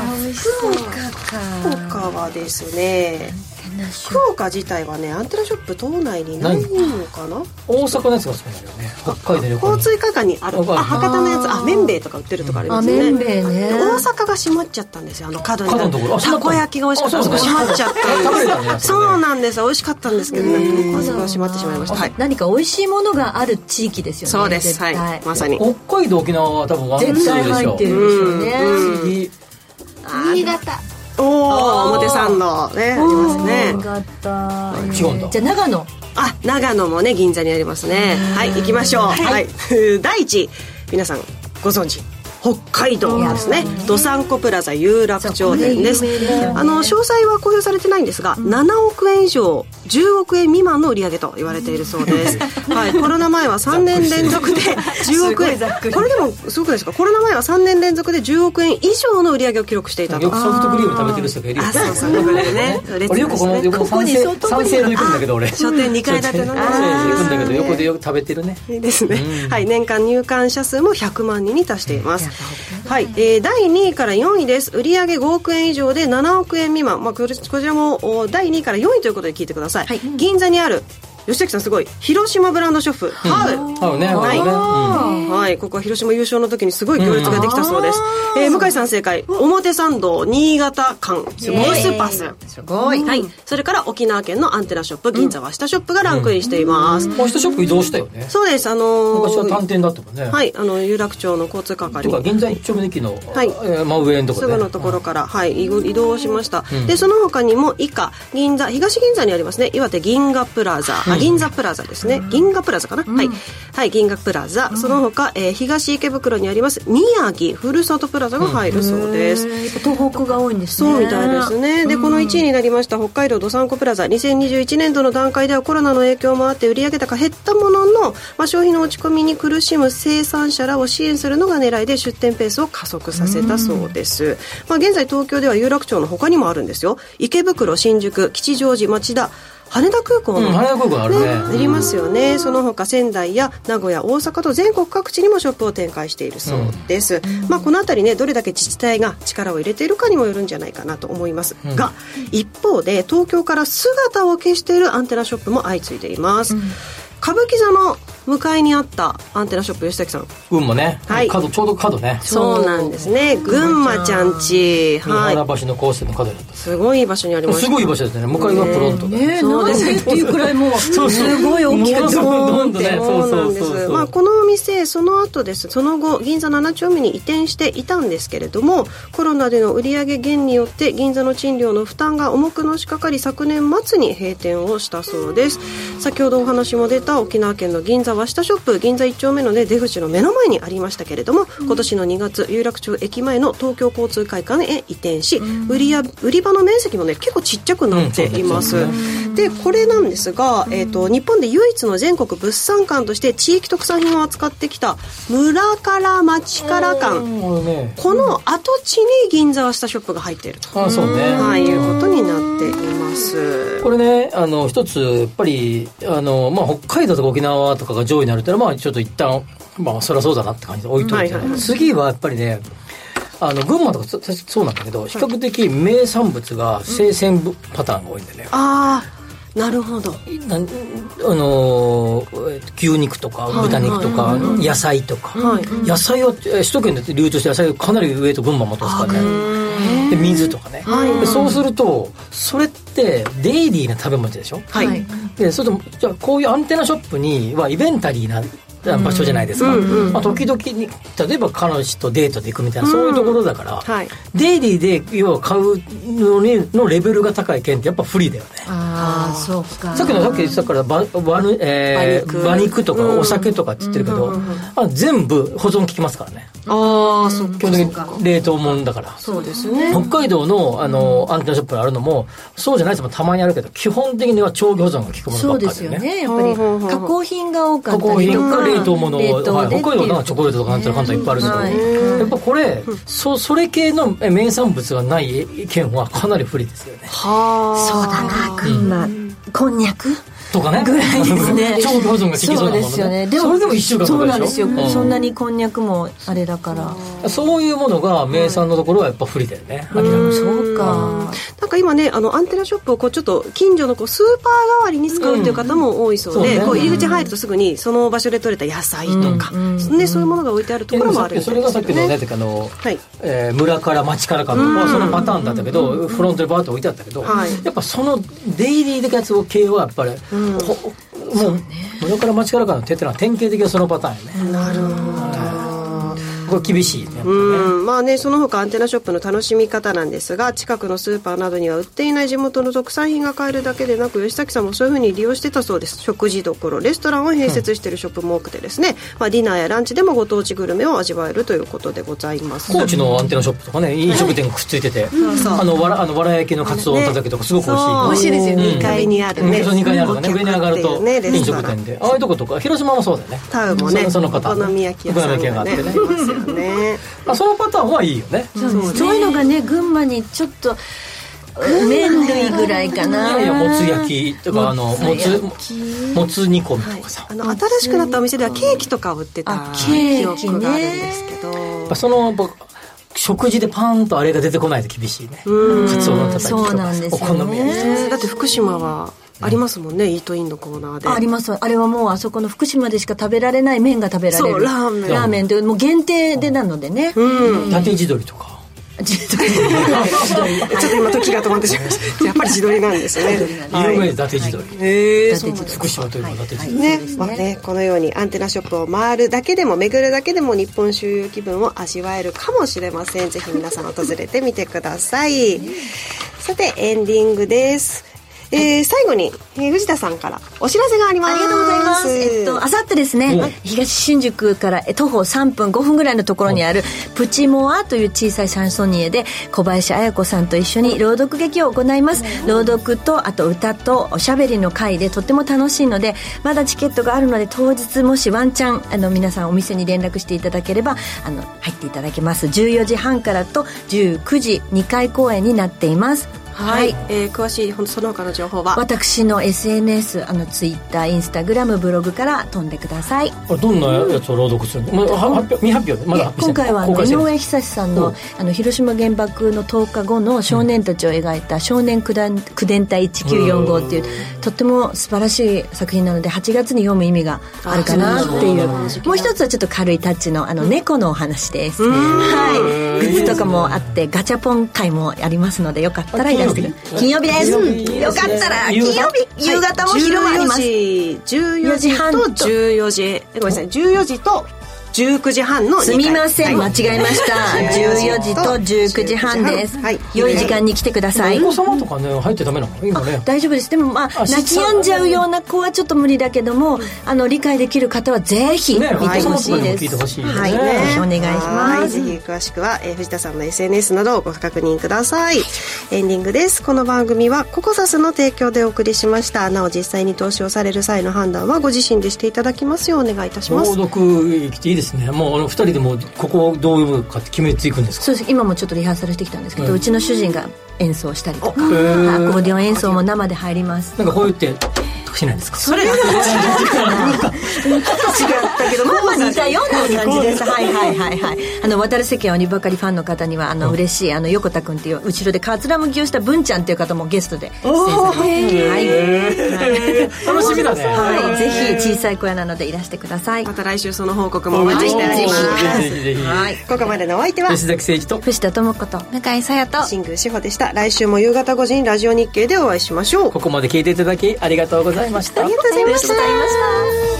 岡はですね、福岡自体はねアンテナショップ島内にないのかな。 大阪のやつがそうなんだよね。北海道旅行交通会館にある。博多のやつ、麺べいとか売ってるとかありますね。 麺べいね。 大阪が閉まっちゃったんですよ。角にたこ焼きが美味しかったんですけど閉まっちゃった。そうなんです。美味しかったんですけどね、大阪が閉まってしまいました。 何か美味しいものがある地域ですよね。 そうです。はい、まさに北海道沖縄は多分ワンツーでしょ。 絶対入ってるでしょうね。 新潟、 表参道ね、ありますね。 新潟、 違うんだ。 じゃあ長野。 長野もね銀座にありますね。はい、行きましょう。はい、第一位、皆さんご存知北海道ですね。どさんこプラザ有楽町店です。詳細は公表されてないんですが、7億円以上10億円未満の売り上げと言われているそうです。はい、コロナ前は3年連続で10億円。これでもすごくないですか？コロナ前は3年連続で10億円以上の売り上げを記録していたと。 よくソフトクリーム食べてる人がいるよ。 そうね。 俺よくここに賛成の行くんだけど、俺書店2階建てのね行くんだけど、横でよく食べてるね。 ですね。はい、年間入館者数も100万人に達しています。はい、第2位から4位です。売上5億円以上で7億円未満、こちらも第2位から4位ということで聞いてください。銀座にある吉崎さんすごい広島ブランドショップ、ハウね、はい、ここは広島優勝の時にすごい行列ができたそうです。向井さん正解。表参道新潟間エスパス、すごい。はい、それから沖縄県のアンテナショップ銀座和下ショップがランクインしています。 和下ショップ移動したよね。 そうです。 昔は単店だったもんね。 はい、有楽町の交通係とか銀座一丁目駅の真上のところ、 すぐのところから、はい、移動しました。でその他にも以下銀座東銀座にありますね、岩手銀河プラザ、銀座プラザですね。銀河プラザかな、はい、はい、銀河プラザ、その他、東池袋にあります宮城ふるさとプラザが入るそうです。 東北が多いんですね。 そうみたいですね。でこの1位になりました北海道どさんこプラザ、2021年度の段階ではコロナの影響もあって売上高減ったものの、消費の落ち込みに苦しむ生産者らを支援するのが狙いで出店ペースを加速させたそうです。現在東京では有楽町の他にもあるんですよ。池袋、新宿、吉祥寺、町田、羽田空港の、 羽田空港あるね、 ありますよね。その他仙台や名古屋、大阪と全国各地にもショップを展開しているそうです。このあたりね、どれだけ自治体が力を入れているかにもよるんじゃないかなと思いますが、一方で東京から姿を消しているアンテナショップも相次いでいます。歌舞伎座の向かいにあったアンテナショップ、吉崎さん、 群馬ね、はい、ちょうど角ね。 そうなんですね、群馬ちゃんち、 はい、原橋の交差点の角にあった。 すごい場所にありました。 すごい場所ですね。向かいはプロントね。そうですね。っていうくらいもうすごい大きくドーンって。 そうなんです。このお店その後です。その後銀座7丁目に移転していたんですけれども、コロナでの売上減によって銀座の賃料の負担が重くのしかかり、昨年末に閉店をしたそうです。先ほどお話も出た沖縄県の銀座和下ショップ、銀座1丁目の、出口の目の前にありましたけれども、今年の2月有楽町駅前の東京交通会館へ移転し、売り場の面積もね結構ちっちゃくなっています。でこれなんですが、日本で唯一の全国物産館として地域特産品を扱ってきた村から町から館、この跡地に銀座和下ショップが入っていると、 そうね、 いうことになっています。 これね、一つやっぱり北海道とか沖縄とかが上位になるっていうのはちょっと一旦そりゃそうだなって感じで置いといて、次はやっぱりね、群馬とかそうなんだけど、比較的名産物が生鮮パターンが多いんだよね。 なるほど。 牛肉とか豚肉とか野菜とか、野菜は首都圏で流通して野菜かなり上と群馬持ってますからね。で水とかね、でそうするとそれってデイリーな食べ物でしょ。でそれとじゃあこういうアンテナショップにはイベンタリーな場所じゃないですか、時々に例えば彼女とデートで行くみたいな、そういうところだから、デイリーで要は買うのレベルが高い県ってやっぱ不利だよね。 そうか。 さっき言ってたから馬肉とかお酒とかって言ってるけど、全部保存効きますからね。 そっか。 基本的に冷凍もんだから。 そうですね。 北海道のアンテナショップにあるのもそうじゃないやつもたまにあるけど、基本的には長期保存が効くものばっかりでね。そうですよね。 やっぱり加工品が多かったりとか、 冷凍物を、北海道なんかチョコレートとかなんて簡単いっぱいあるけど、やっぱこれそれ系の名産物がない県はかなり不利ですよね。 そうだな、群馬、こんにゃくとかねぐらいですね。 長期保存が効きそうなものね。そうですよね。でもそれでも1週間とかでしょ。 そうなんですよ、そんなにこんにゃくもあれだから、 そういうものが名産のところはやっぱ不利だよね。 そうか。 なんか今ね、アンテナショップをちょっと近所のスーパー代わりに使うという方も多いそうで、入り口入るとすぐにその場所で採れた野菜とか、そういうものが置いてあるところもあるんですよね。 それがさっきのね、村から町からかのそのパターンだったけど、フロントでバーッと置いてあったけど、やっぱそのデイリー的なやつ系はやっぱりもう村から町からかの手ってのは典型的なそのパターンよね。 なるほど。 これ厳しいね。 まあね、その他アンテナショップの楽しみ方なんですが、近くのスーパーなどには売っていない地元の特産品が買えるだけでなく、吉崎さんもそういうふうに利用してたそうです。食事処、レストランを併設しているショップも多くてですね、ディナーやランチでもご当地グルメを味わえるということでございます。 高知のアンテナショップとかね、飲食店がくっついてて、わら焼きのカツオたたきとかすごく美味しい。 美味しいですよね。2階にあるね。 2階にあるのね、上に上がると飲食店で、ああいうとことか広島もそうだよね。 タウもね、 そのパターン、 お好み焼き屋さんがね、ありますよね。 そのパターンはいいよね。 そういうのがね、群馬にちょっと麺類ぐらいかな。 いやもつ焼きとかもつ煮込みとかさ、 新しくなったお店ではケーキとかを売ってた記憶があるんですけど、 その食事でパーンとあれが出てこないと厳しいね。カツオのたたきとかお好み焼き。 だって福島はありますもんね、イートインのコーナーで。 あります。あれはもうあそこの福島でしか食べられない麺が食べられる。 そう、ラーメンでもう限定でなのでね。 伊達地鶏とか。 ちょっと今時が止まってしまいました。やっぱり地鶏なんですね。 有名伊達地鶏。福島という伊達地鶏。 ね、このようにアンテナショップを回るだけでも巡るだけでも日本周遊気分を味わえるかもしれません。ぜひ皆さん訪れてみてください。さてエンディングです。最後に、藤田さんからお知らせがあります。 ありがとうございます。あさってですね、東新宿から徒歩3分5分ぐらいのところにあるプチモアという小さいシャンソニエで小林綾子さんと一緒に朗読劇を行います。朗読とあと歌とおしゃべりの会でとっても楽しいので、まだチケットがあるので当日もしワンチャン皆さんお店に連絡していただければ入っていただけます。14時半からと19時2回公演になっています。 はい、詳しいその他の情報は私の SNS ツイッター、インスタグラム、ブログから飛んでください。 どんなやつを朗読するの？未発表でまだ発表して今回は井上久志さんの広島原爆の10日後の少年たちを描いた少年九伝隊1945っていうとっても素晴らしい作品なので、8月に読む意味があるかなっていう。もう一つはちょっと軽いタッチの猫のお話です。はい、グッズとかもあってガチャポン会もありますので、よかったらいらしてください。金曜日です。よかったら金曜日夕方も昼もあります。 14時半と14時ごめんなさい、14時と19時半の2回。 すみません、間違えました。14時と19時半です。良い時間に来てください。 お子様とかね入ってダメなの？今ね大丈夫です。でも泣き止んじゃうような子はちょっと無理だけども、理解できる方はぜひ見てほしいです。はい、ぜひお願いします。 ぜひ詳しくは藤田さんの SNS などをご確認ください。エンディングです。この番組はココサスの提供でお送りしました。なお実際に投資をされる際の判断はご自身でしていただきますようお願いいたします。 朗読来ていいですね。もう2人でもここをどう読むかって決めていくんですか？ そうです。今もちょっとリハーサルしてきたんですけど、うちの主人が演奏したりとか、アコーディオン演奏も生で入ります。 なんかこう言ってかしないですか？ それは違ったけど、まあ似たような感じです。はいはいはいはい。渡る世間は鬼ばかりファンの方には嬉しい横田君っていう後ろでかつらむきをした文ちゃんっていう方もゲストで出演されます。はい、 楽しみだね。 はい、ぜひ小さい小屋なのでいらしてください。 また来週その報告もお待ちしております。 はい、 ここまでのお相手は吉崎誠二と藤田智子と向井沙耶と新宮志保でした。来週も夕方5時にラジオ日経でお会いしましょう。 ここまで聞いていただきありがとうございました。 ありがとうございました。